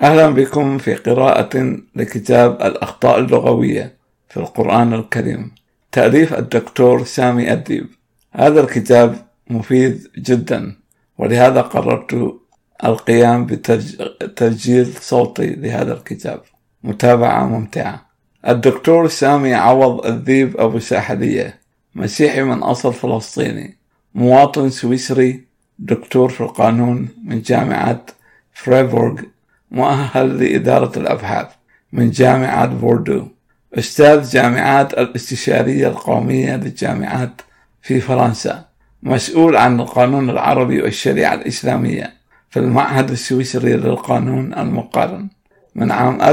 أهلا بكم في قراءة لكتاب الأخطاء اللغوية في القرآن الكريم، تأليف الدكتور سامي الديب. هذا الكتاب مفيد جدا، ولهذا قررت القيام بتسجيل صوتي لهذا الكتاب. متابعة ممتعة. الدكتور سامي عوض الديب أبو ساحلية، مسيحي من أصل فلسطيني، مواطن سويسري، دكتور في القانون من جامعة فريبورغ، مؤهل لإدارة الأبحاث من جامعة بوردو، أستاذ جامعات الاستشارية القومية للجامعات في فرنسا، مسؤول عن القانون العربي والشريعة الإسلامية في المعهد السويسري للقانون المقارن من عام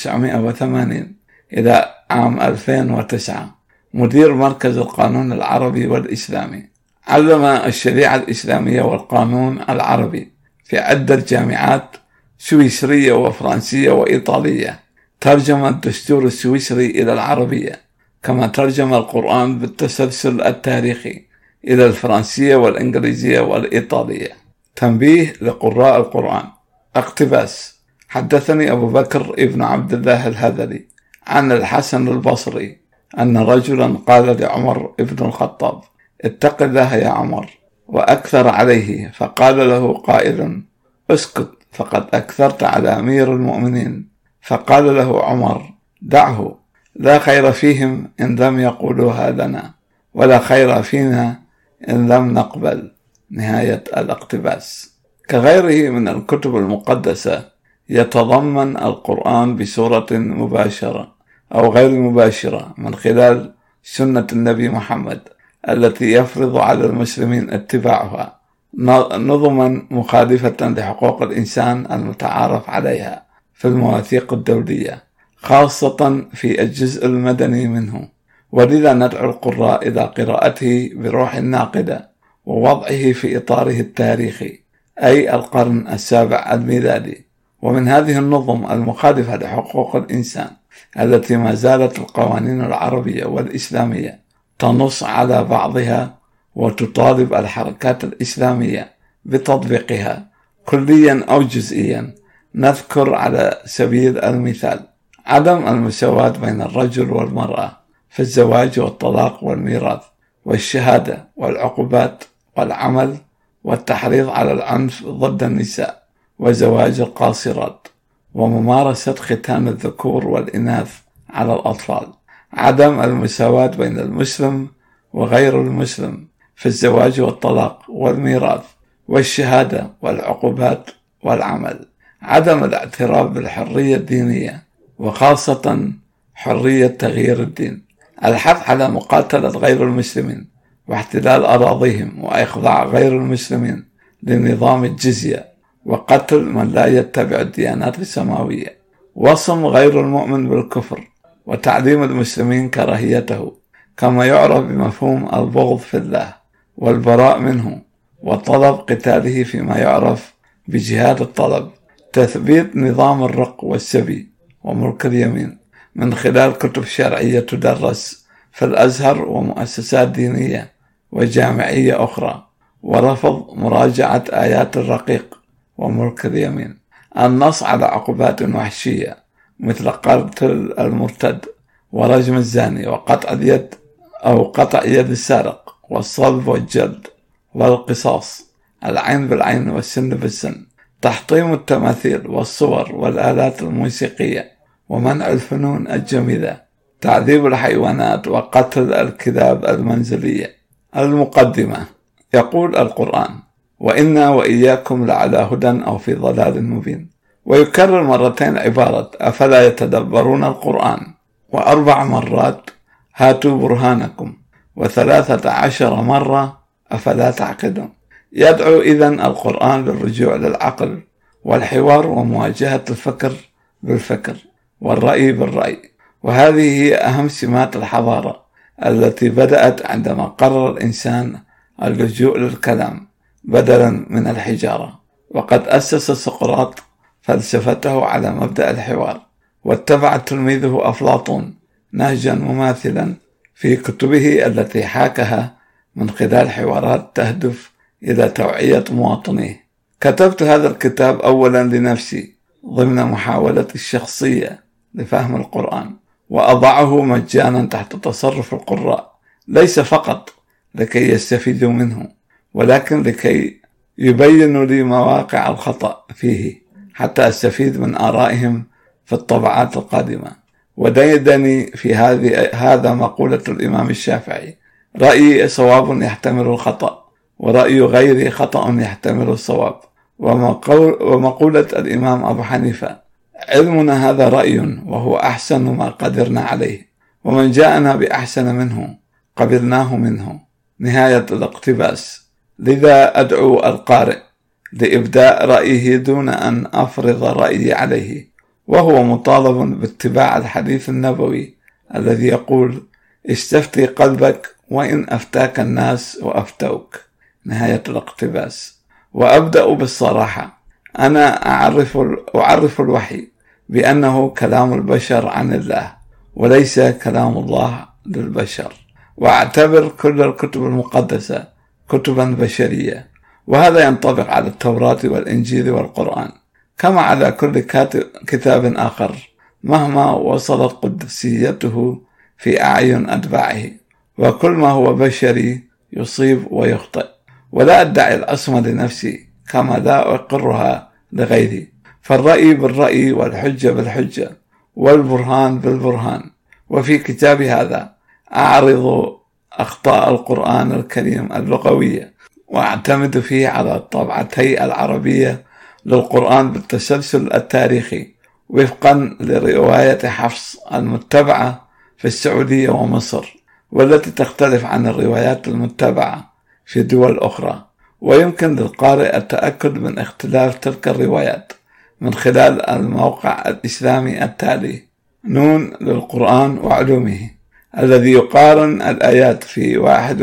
1980 إلى عام 2009، مدير مركز القانون العربي والإسلامي. علم الشريعة الإسلامية والقانون العربي في عدة جامعات سويسرية وفرنسية وإيطالية. ترجم الدستور السويسري إلى العربية، كما ترجم القرآن بالتسلسل التاريخي إلى الفرنسية والإنجليزية والإيطالية. تنبيه لقراء القرآن. اقتباس: حدثني أبو بكر ابن عبد الله الهذلي عن الحسن البصري أن رجلا قال لعمر ابن الخطاب: اتق الله يا عمر، وأكثر عليه، فقال له قائل: اسكت، فقد أكثرت على أمير المؤمنين. فقال له عمر: دعه، لا خير فيهم إن لم يقولوها لنا، ولا خير فينا إن لم نقبل. نهاية الاقتباس. كغيره من الكتب المقدسة، يتضمن القرآن بصورة مباشرة أو غير مباشرة من خلال سنة النبي محمد التي يفرض على المسلمين اتباعها، نظما مخالفة لحقوق الإنسان المتعارف عليها في المواثيق الدولية، خاصة في الجزء المدني منه. ولذا ندعو القراء إلى قراءته بروح ناقدة ووضعه في إطاره التاريخي، أي القرن السابع الميلادي. ومن هذه النظم المخالفة لحقوق الإنسان التي ما زالت القوانين العربية والإسلامية تنص على بعضها وتطالب الحركات الإسلامية بتطبيقها كليا أو جزئيا. نذكر على سبيل المثال عدم المساواة بين الرجل والمرأة في الزواج والطلاق والميراث والشهادة والعقوبات والعمل، والتحريض على العنف ضد النساء وزواج القاصرات، وممارسة ختان الذكور والإناث على الأطفال. عدم المساواة بين المسلم وغير المسلم في الزواج والطلاق والميراث والشهادة والعقوبات والعمل. عدم الاعتراف بالحرية الدينية، وخاصة حرية تغيير الدين. الحث على مقاتلة غير المسلمين واحتلال أراضيهم، وإخضاع غير المسلمين لنظام الجزية، وقتل من لا يتبع الديانات السماوية. وصم غير المؤمن بالكفر، وتعليم المسلمين كراهيته، كما يعرف بمفهوم البغض في الله والبراء منه، وطلب قتاله فيما يعرف بجهاد الطلب. تثبيت نظام الرق والسبي وملك اليمين من خلال كتب شرعية تدرس في الأزهر ومؤسسات دينية وجامعية أخرى، ورفض مراجعة آيات الرقيق وملك اليمين. النص على عقوبات وحشية مثل قتل المرتد ورجم الزاني وقطع اليد أو قطع يد السارق، والصلب والجلد والقصاص، العين بالعين والسن بالسن، تحطيم التماثيل والصور والآلات الموسيقية، ومنع الفنون الجميلة، تعذيب الحيوانات وقتل الكلاب المنزلية. المقدمة. يقول القرآن: وإنا وإياكم لعلى هدى أو في ضلال مبين. ويكرر مرتين عبارة أفلا يتدبرون القرآن، و4 مرات هاتوا برهانكم، و13 مرة أفلا تعقلون. يدعو إذن القرآن للرجوع للعقل والحوار ومواجهة الفكر بالفكر والرأي بالرأي. وهذه هي أهم سمات الحضارة التي بدأت عندما قرر الإنسان اللجوء للكلام بدلا من الحجارة. وقد أسس سقراط فلسفته على مبدأ الحوار، واتبع تلميذه أفلاطون نهجا مماثلا في كتبه التي حاكها من خلال حوارات تهدف إلى توعية مواطنيه. كتبت هذا الكتاب أولا لنفسي، ضمن محاولتي الشخصية لفهم القرآن، وأضعه مجانا تحت تصرف القراء، ليس فقط لكي يستفيدوا منه، ولكن لكي يبينوا لي مواقع الخطأ فيه حتى أستفيد من آرائهم في الطبعات القادمة. وديدني في هذا مقولة الإمام الشافعي: رأيي صواب يحتمل الخطأ، ورأي غيري خطأ يحتمل الصواب. ومقولة الإمام أبو حنيفة: علمنا هذا رأي وهو أحسن ما قدرنا عليه، ومن جاءنا بأحسن منه قبلناه منه. نهاية الاقتباس. لذا أدعو القارئ لإبداء رأيه دون أن أفرض رأيي عليه، وهو مطالب باتباع الحديث النبوي الذي يقول: استفتي قلبك وإن أفتاك الناس وأفتوك. نهاية الاقتباس. وأبدأ بالصراحة: أنا أعرف الوحي بأنه كلام البشر عن الله وليس كلام الله للبشر، وأعتبر كل الكتب المقدسة كتبا بشرية، وهذا ينطبق على التوراة والإنجيل والقرآن كما على كل كتاب آخر مهما وصلت قدسيته في أعين أتباعه. وكل ما هو بشري يصيب ويخطئ، ولا أدعي العصمة لنفسي كما لا أقرها لغيري، فالرأي بالرأي والحجة بالحجة والبرهان بالبرهان. وفي كتابي هذا أعرض أخطاء القرآن الكريم اللغوية، وأعتمد فيه على الطبعتي العربية للقرآن بالتسلسل التاريخي وفقا لرواية حفص المتبعة في السعودية ومصر، والتي تختلف عن الروايات المتبعة في دول أخرى. ويمكن للقارئ التأكد من اختلاف تلك الروايات من خلال الموقع الإسلامي التالي: نون للقرآن وعلومه، الذي يقارن الآيات في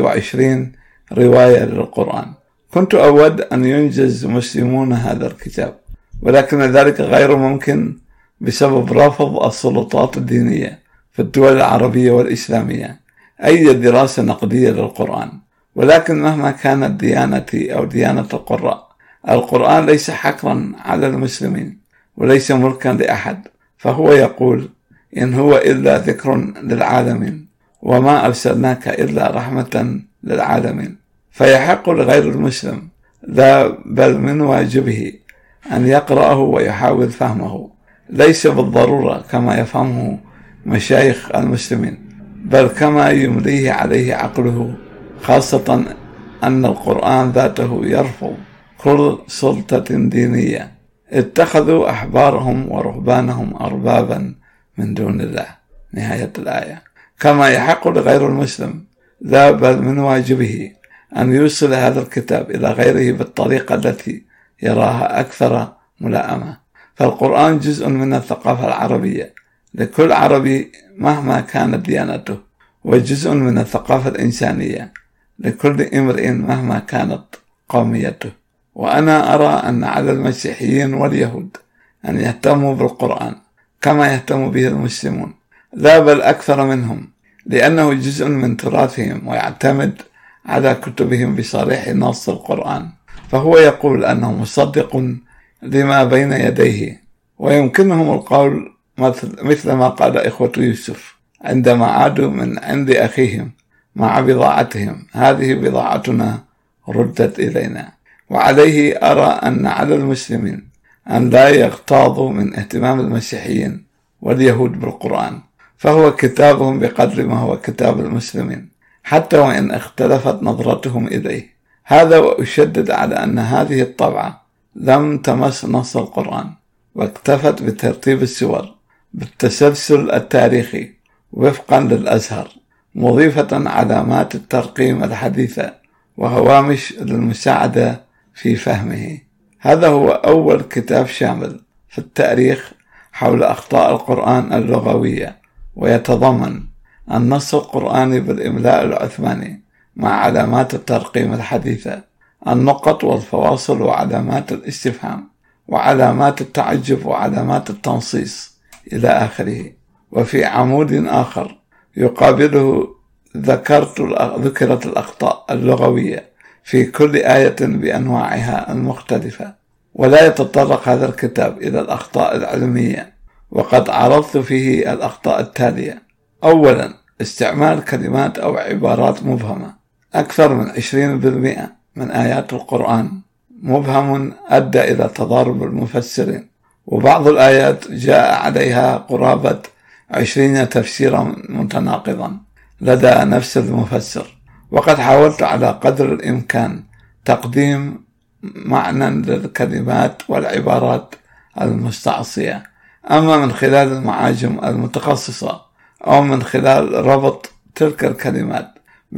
21 رواية للقرآن. كنت أود أن ينجز مسلمون هذا الكتاب، ولكن ذلك غير ممكن بسبب رفض السلطات الدينية في الدول العربية والإسلامية أي دراسة نقدية للقرآن. ولكن مهما كانت ديانتي أو ديانة القراء، القرآن ليس حكرا على المسلمين وليس ملكا لأحد، فهو يقول: إن هو إلا ذكر للعالمين وما أرسلناك إلا رحمة للعالمين. فيحق لغير المسلم لا بل من واجبه أن يقرأه ويحاول فهمه، ليس بالضرورة كما يفهمه مشايخ المسلمين، بل كما يمليه عليه عقله، خاصة أن القرآن ذاته يرفض كل سلطة دينية. اتخذوا أحبارهم ورهبانهم أربابا من دون الله. نهاية الآية. كما يحق لغير المسلم لا بل من واجبه أن يوصل هذا الكتاب إلى غيره بالطريقة التي يراها أكثر ملائمة، فالقرآن جزء من الثقافة العربية لكل عربي مهما كانت ديانته، وجزء من الثقافة الإنسانية لكل امرئ مهما كانت قوميته. وأنا أرى أن على المسيحيين واليهود أن يهتموا بالقرآن كما يهتم به المسلمون، لا بل أكثر منهم، لأنه جزء من تراثهم ويعتمد على كتبهم بصريح نص القرآن. فهو يقول أنه مصدق لما بين يديه، ويمكنهم القول مثل ما قال إخوة يوسف عندما عادوا من عند أخيهم مع بضاعتهم: هذه بضاعتنا ردت إلينا. وعليه أرى أن على المسلمين أن لا يغتاظوا من اهتمام المسيحيين واليهود بالقرآن، فهو كتابهم بقدر ما هو كتاب المسلمين، حتى وإن اختلفت نظرتهم إليه. هذا وأشدد على أن هذه الطبعة لم تمس نص القرآن، واكتفت بترتيب السور بالتسلسل التاريخي وفقا للأزهر، مضيفة علامات الترقيم الحديثة وهوامش للمساعدة في فهمه. هذا هو أول كتاب شامل في التاريخ حول أخطاء القرآن اللغوية، ويتضمن النص القرآني بالإملاء العثماني مع علامات الترقيم الحديثة، النقط والفواصل وعلامات الاستفهام وعلامات التعجب وعلامات التنصيص إلى آخره. وفي عمود آخر يقابله ذكرت الأخطاء اللغوية في كل آية بأنواعها المختلفة، ولا يتطرق هذا الكتاب إلى الأخطاء العلمية، وقد عرضت فيه الأخطاء التالية: أولا، استعمال كلمات أو عبارات مبهمة. أكثر من 20% من آيات القرآن مبهم أدى إلى تضارب المفسرين، وبعض الآيات جاء عليها قرابة 20 تفسيرا متناقضا لدى نفس المفسر. وقد حاولت على قدر الإمكان تقديم معنى للكلمات والعبارات المستعصية، أما من خلال المعاجم المتخصصة أو من خلال ربط تلك الكلمات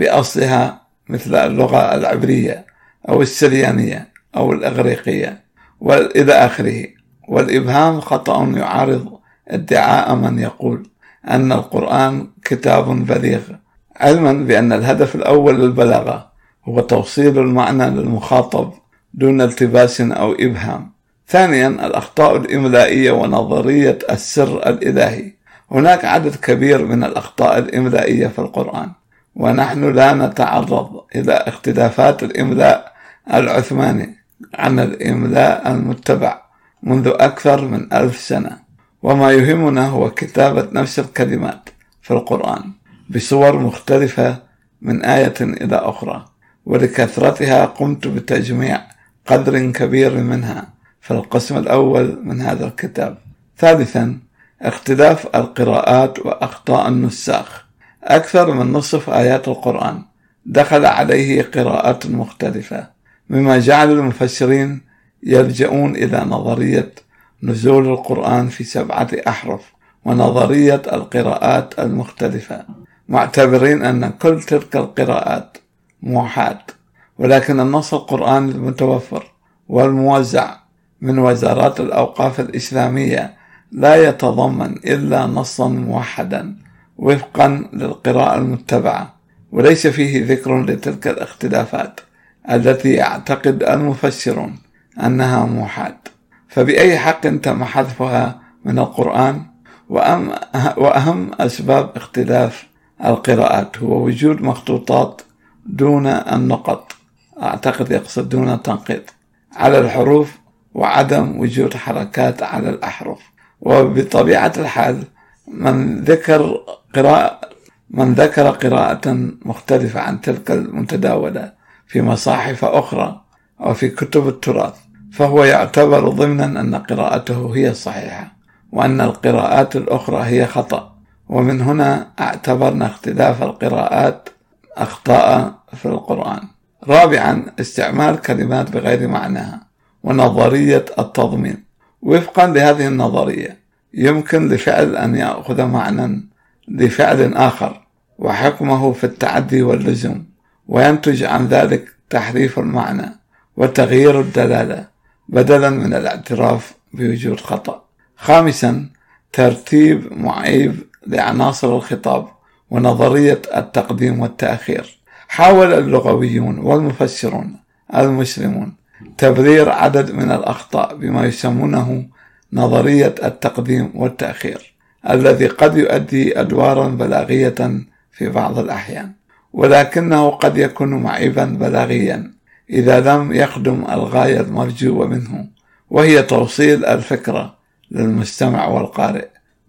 بأصلها مثل اللغة العبرية أو السريانية أو الإغريقية وإلى آخره. والإبهام خطأ يعارض ادعاء من يقول أن القرآن كتاب بليغ، علما بأن الهدف الأول للبلاغة هو توصيل المعنى للمخاطب دون التباس أو إبهام. ثانيا، الأخطاء الإملائية ونظرية السر الإلهي. هناك عدد كبير من الأخطاء الإملائية في القرآن، ونحن لا نتعرض إلى اختلافات الإملاء العثماني عن الإملاء المتبع منذ أكثر من 1000 سنة، وما يهمنا هو كتابة نفس الكلمات في القرآن بصور مختلفة من آية إلى أخرى، ولكثرتها قمت بتجميع قدر كبير منها في القسم الأول من هذا الكتاب. ثالثا، اختلاف القراءات وأخطاء النساخ. أكثر من نصف آيات القرآن دخل عليه قراءات مختلفة، مما جعل المفسرين يلجؤون إلى نظرية نزول القرآن في 7 أحرف ونظرية القراءات المختلفة، معتبرين أن كل تلك القراءات موحات. ولكن النص القرآني المتوفر والموزع من وزارات الأوقاف الإسلامية لا يتضمن إلا نصا موحدا وفقا للقراءة المتبعة، وليس فيه ذكر لتلك الاختلافات التي يعتقد المفسرون أنها موحات. فبأي حق تم حذفها من القرآن؟ وأهم أسباب اختلاف القراءات هو وجود مخطوطات دون النقط، أعتقد يقصد دون تنقيط، على الحروف، وعدم وجود حركات على الأحرف. وبطبيعة الحال من ذكر قراءة مختلفة عن تلك المتداولة في مصاحف أخرى أو في كتب التراث فهو يعتبر ضمنا أن قراءته هي الصحيحة وأن القراءات الأخرى هي خطأ. ومن هنا اعتبرنا اختلاف القراءات أخطاء في القرآن. رابعا، استعمال كلمات بغير معناها ونظرية التضمين. وفقا لهذه النظرية يمكن لفعل أن يأخذ معنى لفعل آخر وحكمه في التعدي واللزوم، وينتج عن ذلك تحريف المعنى وتغيير الدلالة بدلا من الاعتراف بوجود خطأ. خامسا، ترتيب معيب لعناصر الخطاب ونظرية التقديم والتأخير. حاول اللغويون والمفسرون المسلمون تبرير عدد من الأخطاء بما يسمونه نظرية التقديم والتأخير، الذي قد يؤدي أدوارا بلاغية في بعض الأحيان، ولكنه قد يكون معيبا بلاغيا إذا لم يخدم الغاية المرجوة منه، وهي توصيل الفكرة للمستمع والقارئ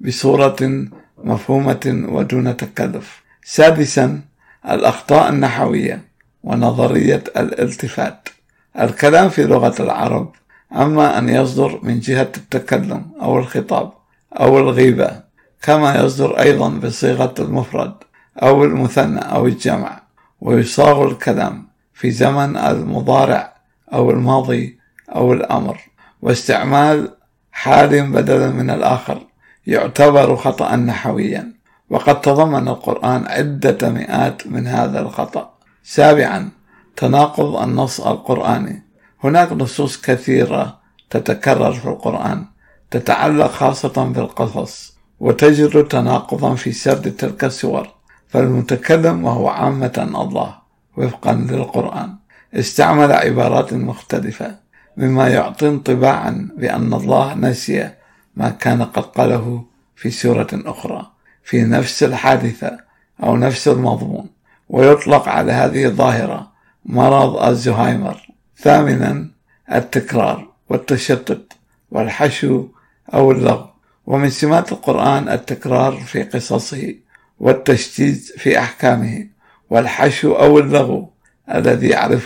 بصورة مفهومة ودون تكلف. سادسا، الأخطاء النحوية ونظرية الالتفات. الكلام في لغة العرب أما أن يصدر من جهة التكلم أو الخطاب أو الغيبة، كما يصدر أيضا بصيغة المفرد أو المثنى أو الجمع، ويصاغ الكلام في زمن المضارع أو الماضي أو الأمر، واستعمال حال بدلا من الآخر يعتبر خطأ نحويا، وقد تضمن القرآن عدة مئات من هذا الخطأ. سابعا، تناقض النص القرآني. هناك نصوص كثيرة تتكرر في القرآن تتعلق خاصة بالقصص، وتجد تناقضا في سرد تلك السور، فالمتكلم وهو عامة الله وفقا للقرآن استعمل عبارات مختلفة، مما يعطي انطباعا بأن الله نسي ما كان قد قاله في سورة أخرى في نفس الحادثة أو نفس المضمون، ويطلق على هذه الظاهرة مرض الزهايمر. ثامنا، التكرار والتشتت والحشو أو اللغو. ومن سمات القرآن التكرار في قصصه والتشتيت في أحكامه، والحشو أو اللغو الذي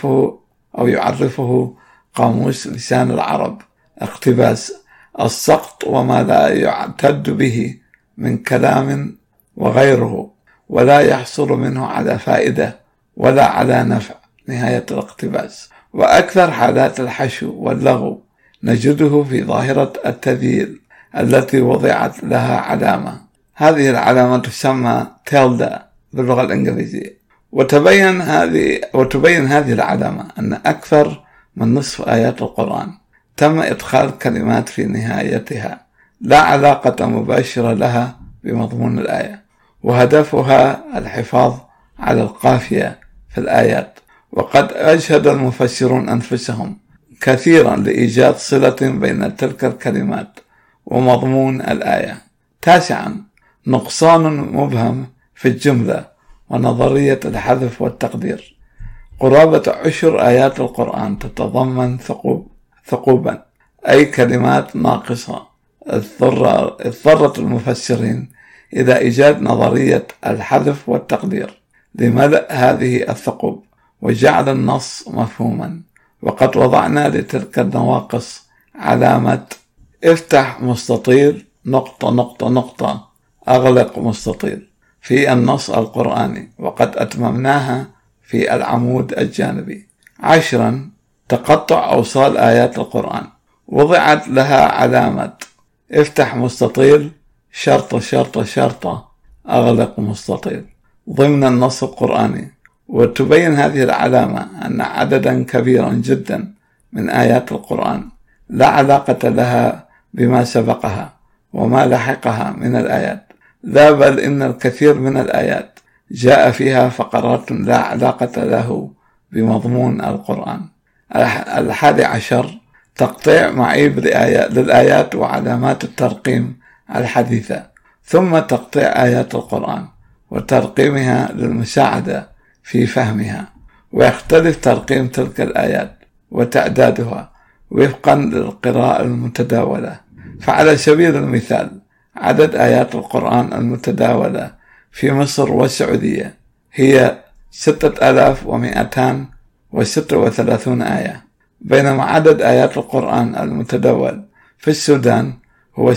يعرفه قاموس لسان العرب: اقتباس، السقط وما لا يعتد به من كلام وغيره، ولا يحصل منه على فائدة ولا على نفع، نهاية الاقتباس. وأكثر حالات الحشو واللغو نجده في ظاهرة التذييل التي وضعت لها علامة. هذه العلامة تسمى تيلدا باللغة الإنجليزية. وتبين هذه العلامة أن أكثر من نصف آيات القرآن تم إدخال كلمات في نهايتها لا علاقة مباشرة لها بمضمون الآية، وهدفها الحفاظ على القافية في الآيات. وقد أجهد المفسرون أنفسهم كثيرا لإيجاد صلة بين تلك الكلمات ومضمون الآية. 9. نقصان مبهم في الجملة ونظرية الحذف والتقدير. قرابة 10 آيات القرآن تتضمن ثقوبا، أي كلمات ناقصة. اضطرت المفسرين إلى إيجاد نظرية الحذف والتقدير لملء هذه الثقوب وجعل النص مفهوما. وقد وضعنا لتلك النواقص علامة افتح مستطيل نقطة نقطة نقطة أغلق مستطيل في النص القرآني، وقد أتممناها في العمود الجانبي. 10. تقطع أوصال آيات القرآن، وضعت لها علامة افتح مستطيل شرطة شرطة شرطة أغلق مستطيل ضمن النص القرآني. وتبين هذه العلامة أن عددا كبيرا جدا من آيات القرآن لا علاقة لها بما سبقها وما لحقها من الآيات، لا بل إن الكثير من الآيات جاء فيها فقرات لا علاقة له بمضمون القرآن. 11. تقطيع معيب للآيات وعلامات الترقيم الحديثة، ثم تقطيع آيات القرآن وترقيمها للمساعدة في فهمها. ويختلف ترقيم تلك الآيات وتعدادها وفقا للقراءة المتداولة. فعلى سبيل المثال، عدد آيات القرآن المتداولة في مصر والسعودية هي 6236 آية، بينما عدد آيات القرآن المتداول في السودان هو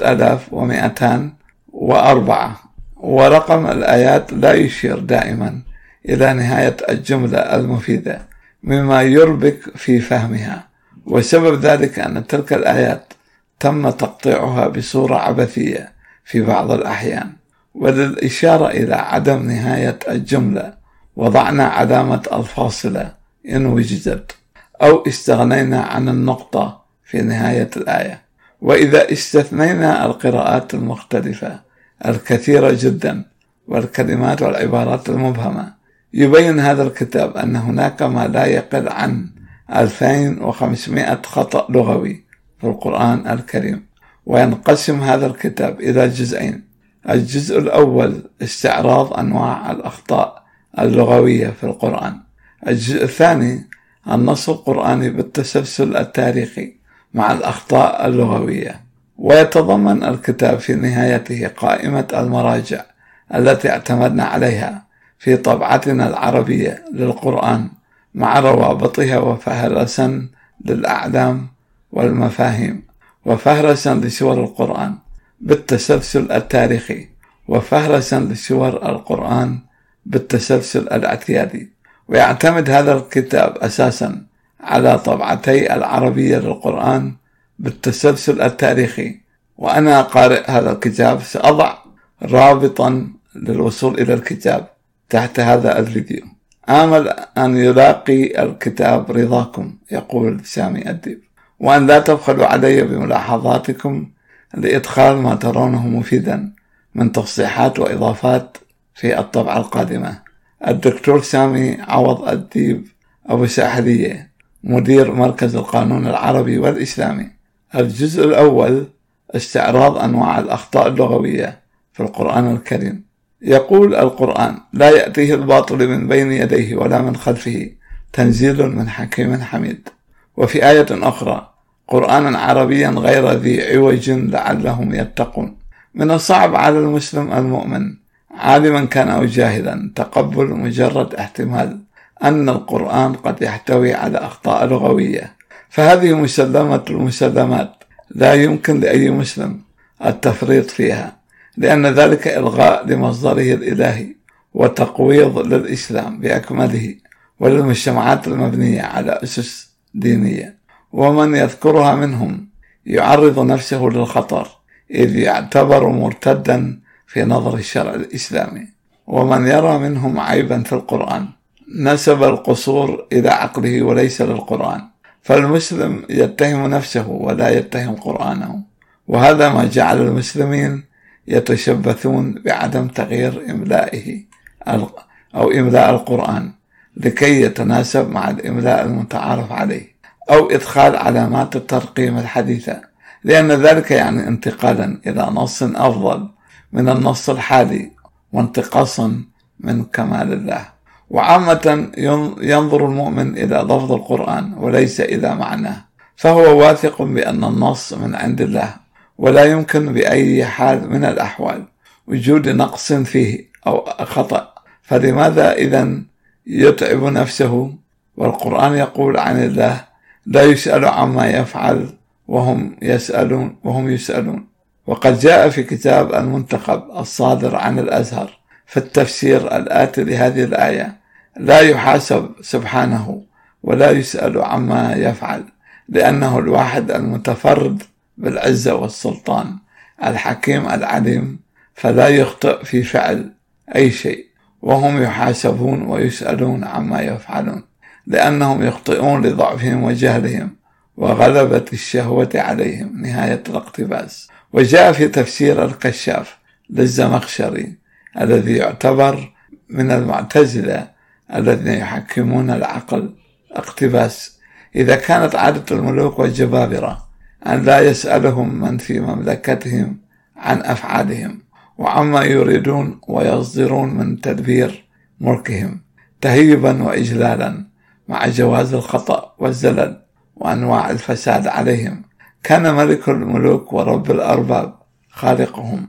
6204. ورقم الآيات لا يشير دائما إلى نهاية الجملة المفيدة، مما يربك في فهمها. وسبب ذلك أن تلك الآيات تم تقطيعها بصورة عبثية في بعض الأحيان. وللإشارة إلى عدم نهاية الجملة وضعنا علامة الفاصلة إن وجدت، أو استغنينا عن النقطة في نهاية الآية. وإذا استثنينا القراءات المختلفة الكثيرة جدا والكلمات والعبارات المبهمة، يبين هذا الكتاب أن هناك ما لا يقل عن 2500 خطأ لغوي في القرآن الكريم. وينقسم هذا الكتاب إلى جزئين: الجزء الأول استعراض أنواع الأخطاء اللغوية في القرآن، الجزء الثاني النص القرآني بالتسلسل التاريخي مع الأخطاء اللغوية. ويتضمن الكتاب في نهايته قائمة المراجع التي اعتمدنا عليها في طبعتنا العربية للقرآن مع روابطها وفهرسا للأعلام والمفاهيم، وفهرسا لسور القرآن بالتسلسل التاريخي، وفهرسا لسور القرآن بالتسلسل الاعتيادي. ويعتمد هذا الكتاب أساسا على طبعتي العربية للقرآن بالتسلسل التاريخي. وأنا قارئ هذا الكتاب سأضع رابطا للوصول إلى الكتاب تحت هذا الفيديو. آمل أن يلاقي الكتاب رضاكم، يقول سامي أديب، وأن لا تبخلوا علي بملاحظاتكم لإدخال ما ترونه مفيدا من تصحيحات وإضافات في الطبعة القادمة. الدكتور سامي عوض أديب أبو ساحلية، مدير مركز القانون العربي والإسلامي. الجزء الأول استعراض أنواع الأخطاء اللغوية في القرآن الكريم. يقول القرآن: لا يأتيه الباطل من بين يديه ولا من خلفه، تنزيل من حكيم حميد. وفي آية أخرى: قرآنا عربيا غير ذي عوج لعلهم يتقون. من الصعب على المسلم المؤمن عالما كان أو جاهلا تقبل مجرد احتمال أن القرآن قد يحتوي على أخطاء لغوية، فهذه مسلمة المسلمات لا يمكن لأي مسلم التفريط فيها، لأن ذلك إلغاء لمصدره الإلهي وتقويض للإسلام بأكمله وللمجتمعات المبنية على أسس دينية، ومن يذكرها منهم يعرض نفسه للخطر إذ يعتبر مرتدا في نظر الشرع الإسلامي. ومن يرى منهم عيبا في القرآن نسب القصور إلى عقله وليس للقرآن، فالمسلم يتهم نفسه ولا يتهم قرآنه، وهذا ما جعل المسلمين يتشبثون بعدم تغيير إملائه أو إملاء القرآن لكي يتناسب مع الإملاء المتعارف عليه، أو إدخال علامات الترقيم الحديثة، لأن ذلك يعني انتقالا إلى نص أفضل من النص الحالي وانتقاصا من كمال الله. وعامة ينظر المؤمن إلى لفظ القرآن وليس إلى معناه، فهو واثق بأن النص من عند الله ولا يمكن بأي حال من الأحوال وجود نقص فيه أو خطأ، فلماذا إذن يتعب نفسه والقرآن يقول عن الله لا يسأل عما يفعل وهم يسألون. وقد جاء في كتاب المنتخب الصادر عن الأزهر في التفسير الآتي لهذه الآية: لا يحاسب سبحانه ولا يسأل عما يفعل، لأنه الواحد المتفرد بالعزة والسلطان الحكيم العليم، فلا يخطئ في فعل أي شيء، وهم يحاسبون ويسألون عما يفعلون، لأنهم يخطئون لضعفهم وجهلهم وغلبة الشهوة عليهم. نهاية الاقتباس. وجاء في تفسير الكشاف للزمخشري الذي يعتبر من المعتزلة الذين يحكمون العقل اقتباس: إذا كانت عادة الملوك والجبابرة أن لا يسألهم من في مملكتهم عن أفعالهم وعما يريدون ويصدرون من تدبير ملكهم تهيبا وإجلالا مع جواز الخطأ والزلل وأنواع الفساد عليهم، كان ملك الملوك ورب الأرباب خالقهم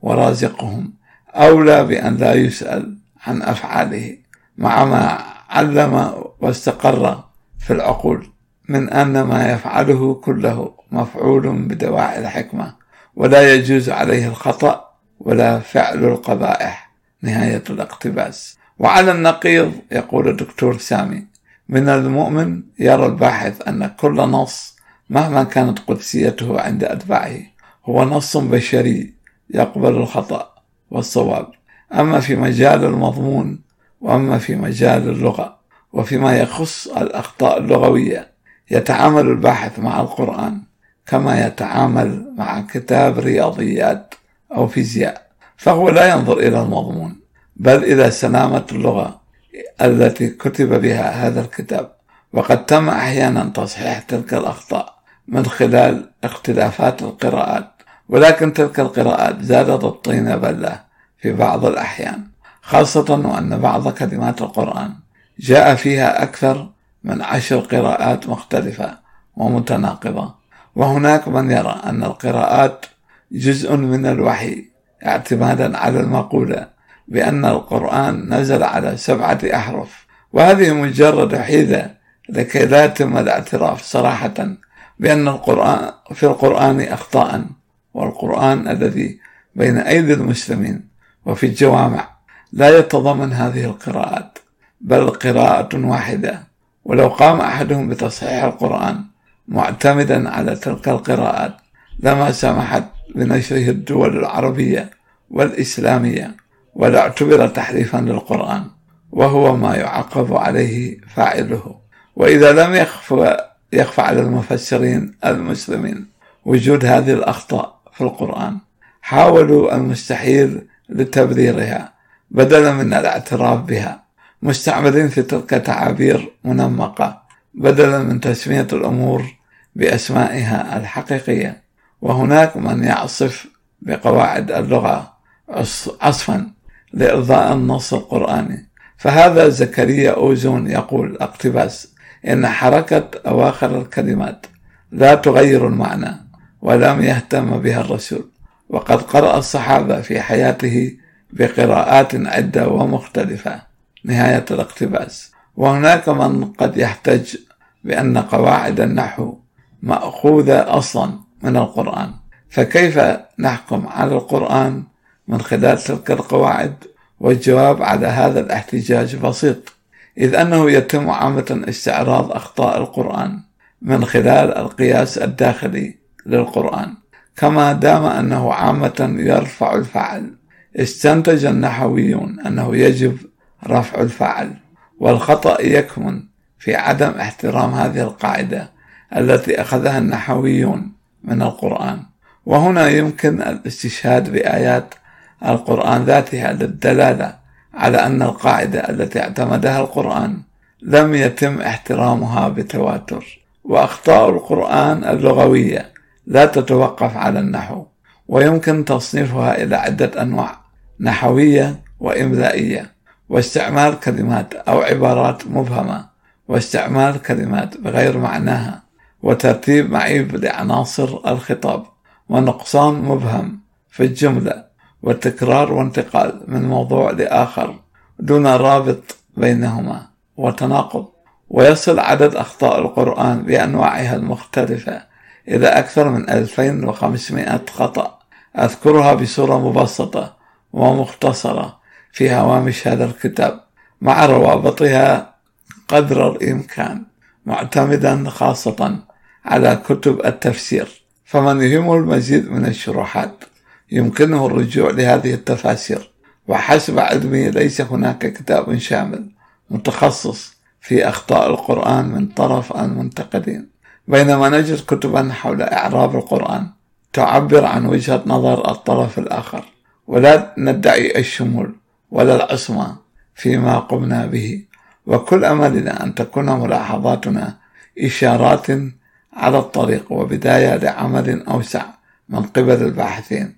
ورازقهم أولى بأن لا يسأل عن أفعاله، مع ما علم واستقر في العقول من أن ما يفعله كله مفعول بدواعي الحكمة، ولا يجوز عليه الخطأ ولا فعل القبائح. نهاية الاقتباس. وعلى النقيض يقول الدكتور سامي: من المؤمن يرى الباحث أن كل نص مهما كانت قدسيته عند أتباعه هو نص بشري يقبل الخطأ والصواب، أما في مجال المضمون وأما في مجال اللغة وفيما يخص الأخطاء اللغوية يتعامل الباحث مع القرآن كما يتعامل مع كتاب رياضيات أو فيزياء، فهو لا ينظر إلى المضمون بل إلى سلامة اللغة التي كتب بها هذا الكتاب. وقد تم أحيانا تصحيح تلك الأخطاء من خلال اختلافات القراءات، ولكن تلك القراءات زادت الطين بلة في بعض الأحيان، خاصة وأن بعض كلمات القرآن جاء فيها أكثر من 10 قراءات مختلفة ومتناقضة. وهناك من يرى أن القراءات جزء من الوحي اعتمادا على المقولة بأن القرآن نزل على 7 أحرف، وهذه مجرد حيلة لكي لا يتم الاعتراف صراحة بأن القرآن في القرآن أخطاء، والقرآن الذي بين أيدي المسلمين وفي الجوامع لا يتضمن هذه القراءات، بل قراءة واحدة. ولو قام أحدهم بتصحيح القرآن معتمدا على تلك القراءات لما سمحت بنشره الدول العربية والإسلامية، ولا اعتبر تحريفا للقرآن، وهو ما يعاقب عليه فاعله. وإذا لم يخفى على المفسرين المسلمين وجود هذه الأخطاء في القرآن، حاولوا المستحيل لتبريرها بدلا من الاعتراف بها، مستعملين في تلك تعابير منمقة بدلا من تسمية الأمور بأسمائها الحقيقية. وهناك من يعصف بقواعد اللغة عصفا لإرضاء النص القرآني، فهذا زكريا أوزون يقول اقتباس: إن حركة أواخر الكلمات لا تغير المعنى، ولم يهتم بها الرسول، وقد قرأ الصحابة في حياته بقراءات عدة ومختلفة. نهاية الاقتباس. وهناك من قد يحتج بأن قواعد النحو مأخوذة أصلا من القرآن، فكيف نحكم على القرآن من خلال تلك القواعد؟ والجواب على هذا الاحتجاج بسيط، إذ أنه يتم عامة استعراض أخطاء القرآن من خلال القياس الداخلي للقرآن، كما دام أنه عامة يرفع الفعل، استنتج النحويون أنه يجب رفع الفعل، والخطأ يكمن في عدم احترام هذه القاعدة التي أخذها النحويون من القرآن. وهنا يمكن الاستشهاد بآيات القرآن ذاتها للدلالة على أن القاعدة التي اعتمدها القرآن لم يتم احترامها بتواتر. وأخطاء القرآن اللغوية لا تتوقف على النحو، ويمكن تصنيفها إلى عدة أنواع: نحوية وإملائية، واستعمال كلمات أو عبارات مبهمة، واستعمال كلمات بغير معناها، وترتيب معيب لعناصر الخطاب، ونقصان مبهم في الجملة، وتكرار وانتقال من موضوع لآخر دون رابط بينهما، وتناقض. ويصل عدد أخطاء القرآن بأنواعها المختلفة إلى أكثر من 2500 خطأ، أذكرها بصورة مبسطة ومختصرة في هوامش هذا الكتاب مع روابطها قدر الإمكان، معتمدا خاصة على كتب التفسير. فمن يهمه المزيد من الشروحات يمكنه الرجوع لهذه التفاسير، وحسب علمي ليس هناك كتاب شامل متخصص في أخطاء القرآن من طرف المنتقدين، بينما نجد كتبا حول إعراب القرآن تعبر عن وجهة نظر الطرف الآخر. ولا ندعي الشمول ولا العصمة فيما قمنا به، وكل أملنا أن تكون ملاحظاتنا إشارات على الطريق وبداية لعمل أوسع من قبل الباحثين.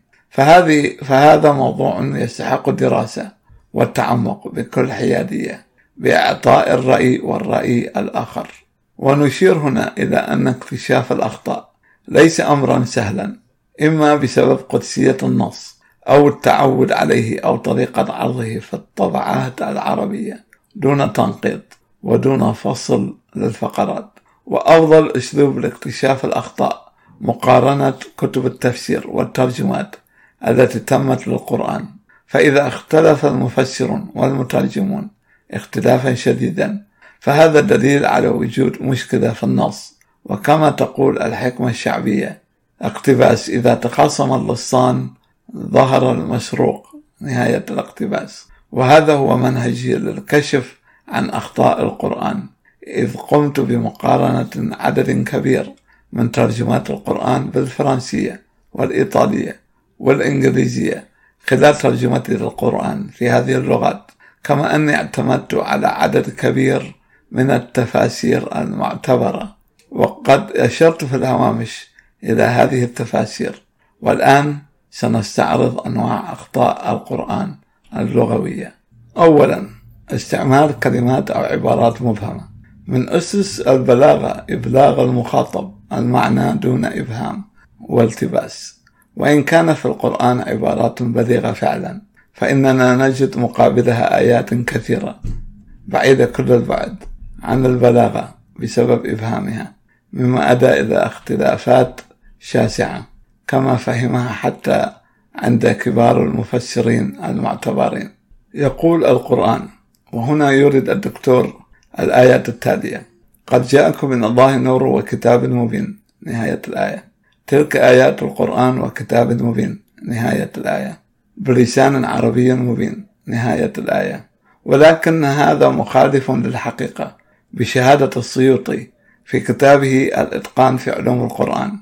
فهذا موضوع يستحق الدراسة والتعمق بكل حيادية، بإعطاء الرأي والرأي الآخر. ونشير هنا إلى أن اكتشاف الأخطاء ليس أمرا سهلا، إما بسبب قدسية النص أو التعود عليه أو طريقة عرضه في الطبعات العربية دون تنقيط ودون فصل للفقرات. وأفضل أسلوب لاكتشاف الأخطاء مقارنة كتب التفسير والترجمات التي تمت للقرآن، فإذا اختلف المفسرون والمترجمون اختلافا شديدا فهذا دليل على وجود مشكلة في النص. وكما تقول الحكمة الشعبية: اقتباس إذا تخاصم اللصان ظهر المسروق. نهاية الاقتباس. وهذا هو منهجي للكشف عن أخطاء القرآن، إذ قمت بمقارنة عدد كبير من ترجمات القرآن بالفرنسية والإيطالية والإنجليزية خلال ترجمتي للقرآن في هذه اللغات، كما أني اعتمدت على عدد كبير من التفاسير المعتبرة، وقد أشرت في الهوامش إلى هذه التفاسير. والآن سنستعرض أنواع أخطاء القرآن اللغوية. أولا، استعمال كلمات أو عبارات مبهمة. من أسس البلاغة إبلاغ المخاطب المعنى دون إبهام والتباس، وإن كان في القرآن عبارات بليغة فعلا، فإننا نجد مقابلها آيات كثيرة بعيدة كل البعد عن البلاغة بسبب إبهامها، مما أدى إلى اختلافات شاسعة كما فهمها حتى عند كبار المفسرين المعتبرين. يقول القرآن، وهنا يورد الدكتور الآيات التالية: قد جاءكم من الله نور وكتاب مبين. نهاية الآية. تلك آيات القرآن وكتاب مبين. نهاية الآية. بلسان عربي مبين. نهاية الآية. ولكن هذا مخالف للحقيقة بشهادة السيوطي في كتابه الإتقان في علوم القرآن.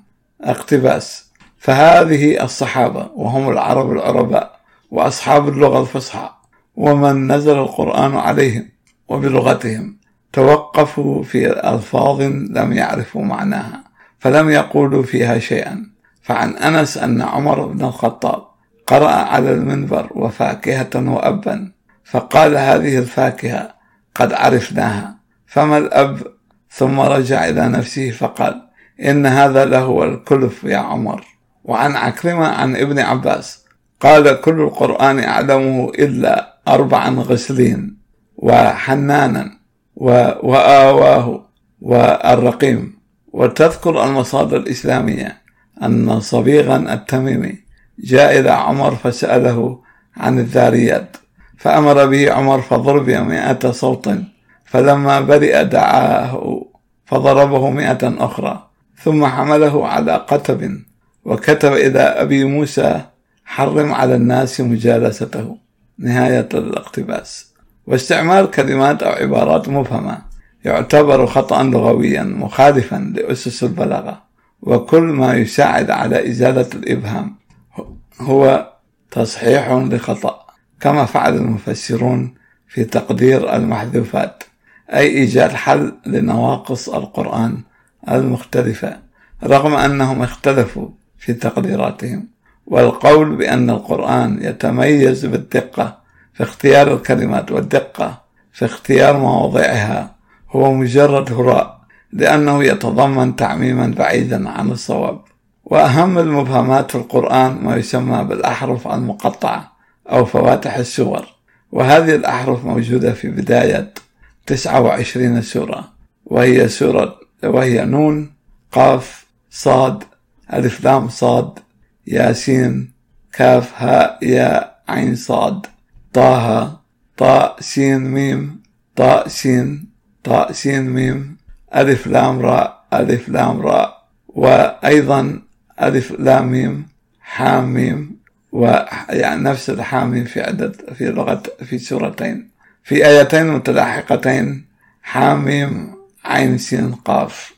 اقتباس: فهذه الصحابة وهم العرب العرباء وأصحاب اللغة الفصحى ومن نزل القرآن عليهم وبلغتهم توقفوا في ألفاظ لم يعرفوا معناها فلم يقولوا فيها شيئا. فعن أنس أن عمر بن الخطاب قرأ على المنبر وفاكهة وأبا، فقال: هذه الفاكهة قد عرفناها، فما الأب؟ ثم رجع إلى نفسه فقال: إن هذا لهو الكلف يا عمر. وعن عكرمة عن ابن عباس قال كل القرآن أعلمه إلا 4 غسلين وحنانا وآواه والرقيم. وتذكر المصادر الإسلامية أن صبيغا التميمي جاء إلى عمر فسأله عن الذاريات، فأمر به عمر فضرب 100 صوت، فلما برئ دعاه فضربه 100 أخرى، ثم حمله على قتب وكتب إلى أبي موسى حرم على الناس مجالسته. نهاية الاقتباس. واستعمال كلمات أو عبارات مبهمة يعتبر خطأ لغويا مخالفا لأسس البلاغة، وكل ما يساعد على إزالة الإبهام هو تصحيح لخطأ، كما فعل المفسرون في تقدير المحذوفات، أي إيجاد حل لنواقص القرآن المختلفة رغم أنهم اختلفوا في تقديراتهم. والقول بأن القرآن يتميز بالدقة في اختيار الكلمات والدقة في اختيار مواضعها هو مجرد هراء، لأنه يتضمن تعميما بعيدا عن الصواب. وأهم المبهمات في القرآن ما يسمى بالأحرف المقطعة أو فواتح السور، وهذه الأحرف موجودة في بداية 29 سورة، وهي نون، قاف، صاد، ألف لام صاد، ياسين، كاف هاء ياء عين صاد، طه، طاء سين ميم، طاء سين، طاء سين ميم، ألف لام راء، ألف لام راء، وأيضا ألف لام ميم، حام ميم، ويعني نفس الحاميم في سورتين، في آيتين متلاحقتين، حاميم عين سين قاف،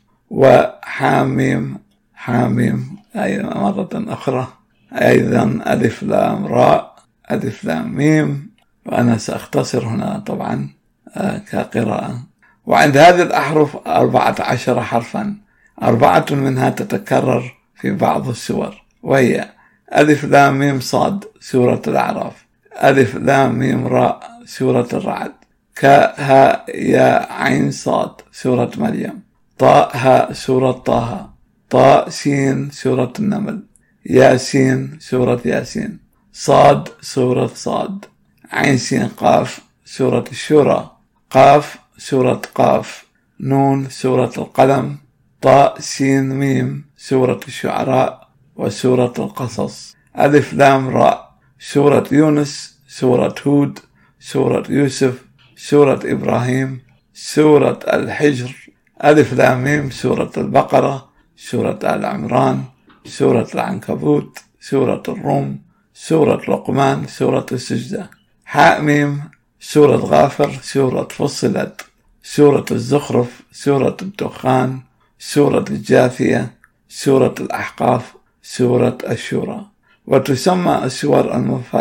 وحاميم حاميم أيضا مرة أخرى، أيضا ألف لام راء، ألف لام ميم، وأنا سأختصر هنا طبعا كقراءة. وعند هذه الأحرف 14 حرفا، 4 منها تتكرر في بعض السور، وهي ألف لام ميم صاد سورة الأعراف، ألف لام ميم راء سورة الرعد، كاء هاء ياء عين صاد سورة مريم، طاء هاء سورة طه، طاء سين سورة النمل، ياسين سورة ياسين، صاد سورة صاد، عين سين قاف سورة الشورى، قاف سورة قاف، نون سورة القلم، طاء سين ميم سورة الشعراء وسورة القصص، ألف لام راء سورة يونس، سورة هود، سورة يوسف، سورة إبراهيم، سورة الحجر، ألف لام ميم سورة البقرة، سورة آل عمران، سورة العنكبوت، سورة الروم، سورة لقمان، سورة السجدة، حاء ميم سورة غافر، سورة فصلت، سورة الزخرف، سورة الدخان، سورة الجاثية، سورة الأحقاف، سورة الشورى. وتسمى السور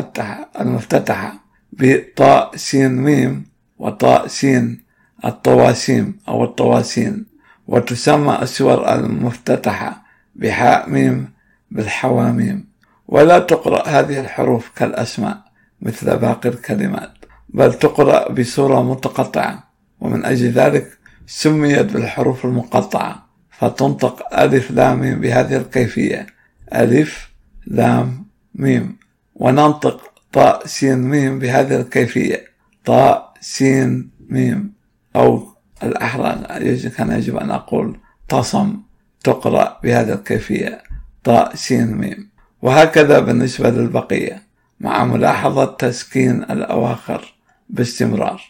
المفتتحة بطاء سين ميم وطاء سين الطواسيم أو الطواسين، وتسمى السور المفتتحة بحاء ميم بالحواميم. ولا تقرأ هذه الحروف كالأسماء مثل باقي الكلمات، بل تقرأ بصورة متقطعة، ومن أجل ذلك سميت بالحروف المقطعة، فتنطق ألف لام ميم بهذه الكيفية، ألف لام ميم، وننطق طاء سين ميم بهذه الكيفية، طاء سين ميم، أو الأحرى كان يجب أن أقول تصم، تقرأ بهذه الكيفية، طاء سين ميم. وهكذا بالنسبة للبقية، مع ملاحظة تسكين الأواخر باستمرار.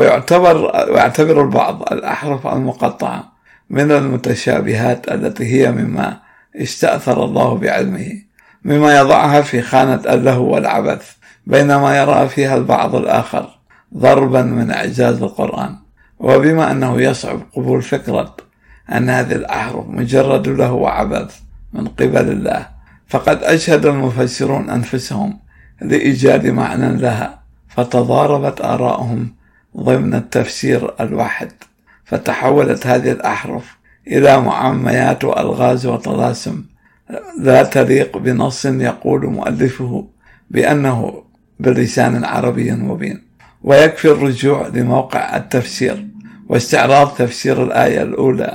ويعتبر البعض الأحرف المقطعة من المتشابهات التي هي مما استأثر الله بعلمه، مما يضعها في خانة اللهو والعبث، بينما يرى فيها البعض الآخر ضربا من إعجاز القرآن. وبما أنه يصعب قبول فكرة أن هذه الأحرف مجرد لهو وعبث من قبل الله، فقد أجهد المفسرون أنفسهم لإيجاد معنى لها، فتضاربت آراءهم ضمن التفسير الواحد، فتحولت هذه الأحرف إلى معميات وألغاز وطلاسم لا تليق بنص يقول مؤلفه بأنه بلسان عربي مبين. ويكفي الرجوع لموقع التفسير واستعراض تفسير الآية الأولى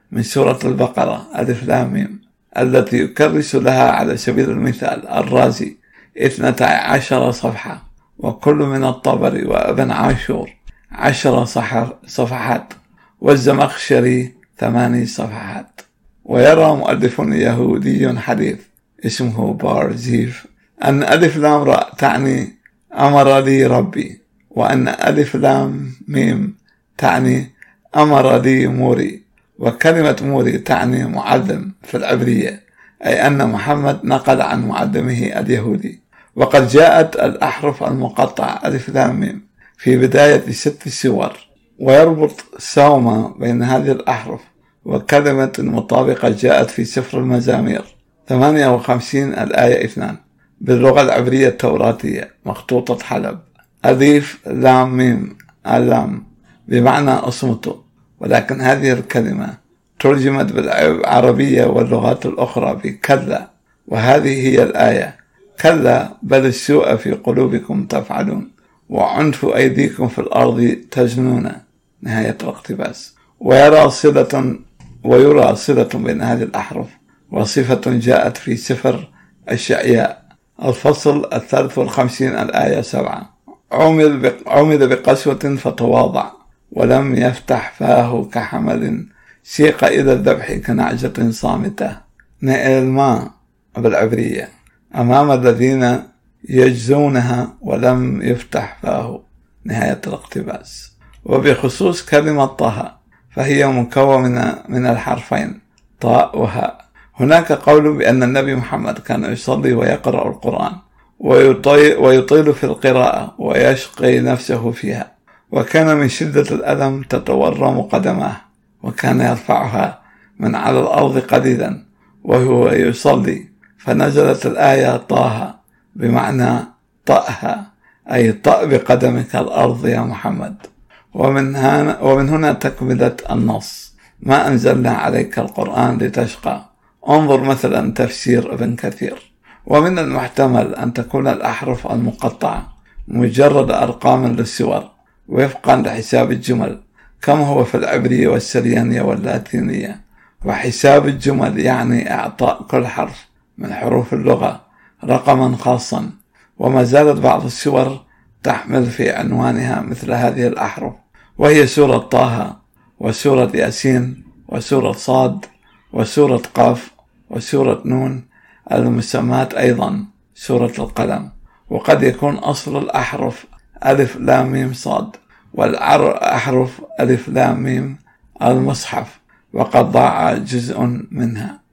من سورة البقرة ألف لام ميم التي يكرس لها على سبيل المثال الرازي 12 صفحة، وكل من الطبري وابن عاشور 10 صفحات، والزمخشري 8 صفحات. ويرى مؤلف يهودي حديث اسمه بارزيف أن ألف لام راء تعني أمر لي ربي، وأن ألف لام ميم تعني أمر لي موري، وكلمة موري تعني معلم في العبرية، أي أن محمد نقل عن معلمه اليهودي. وقد جاءت الأحرف المقطعة ألف لام ميم في بداية 6 سور، ويربط سوما بين هذه الأحرف وكلمة مطابقة جاءت في سفر المزامير 58 الآية 2 باللغة العبرية التوراتية مخطوطة حلب، ألف لام ميم اللام بمعنى أصمتوا، ولكن هذه الكلمة ترجمت بالعربية واللغات الأخرى بكلا، وهذه هي الآية: كلا بل السوء في قلوبكم تفعلون وعنف أيديكم في الأرض تزنون. نهاية الاقتباس. ويرى صلة بين هذه الأحرف وصفة جاءت في سفر الشعياء الفصل 53 الآية 7: عمد بقسوة فتواضع ولم يفتح فاه كحمل سيق إلى الذبح كنعجة صامتة. الماء بالعبرية أمام الذين يجزونها ولم يفتح فاه. نهاية الاقتباس. وبخصوص كلمة طه فهي مكونة من الحرفين طاء وهاء. هناك قول بأن النبي محمد كان يصلي ويقرأ القرآن ويطيل في القراءة ويشقي نفسه فيها، وكان من شدة الألم تتورم قدماه، وكان يرفعها من على الأرض قليلا وهو يصلي، فنزلت الآية طه بمعنى طأها، أي طأ بقدمك الأرض يا محمد. ومن هنا تكملة النص: ما أنزلنا عليك القرآن لتشقى. انظر مثلا تفسير ابن كثير. ومن المحتمل أن تكون الأحرف المقطعة مجرد أرقام للسور وفقا لحساب الجمل، كما هو في العبرية والسريانية واللاتينية. وحساب الجمل يعني إعطاء كل حرف من حروف اللغة رقما خاصا. وما زالت بعض السور تحمل في عنوانها مثل هذه الأحرف، وهي سورة طه وسورة ياسين وسورة صاد وسورة قاف وسورة نون، المسماة أيضا سورة القلم. وقد يكون أصل الأحرف ألف لام ميم صاد، والأحرف ألف لام ميم المصحف، وقد ضاع جزء منها.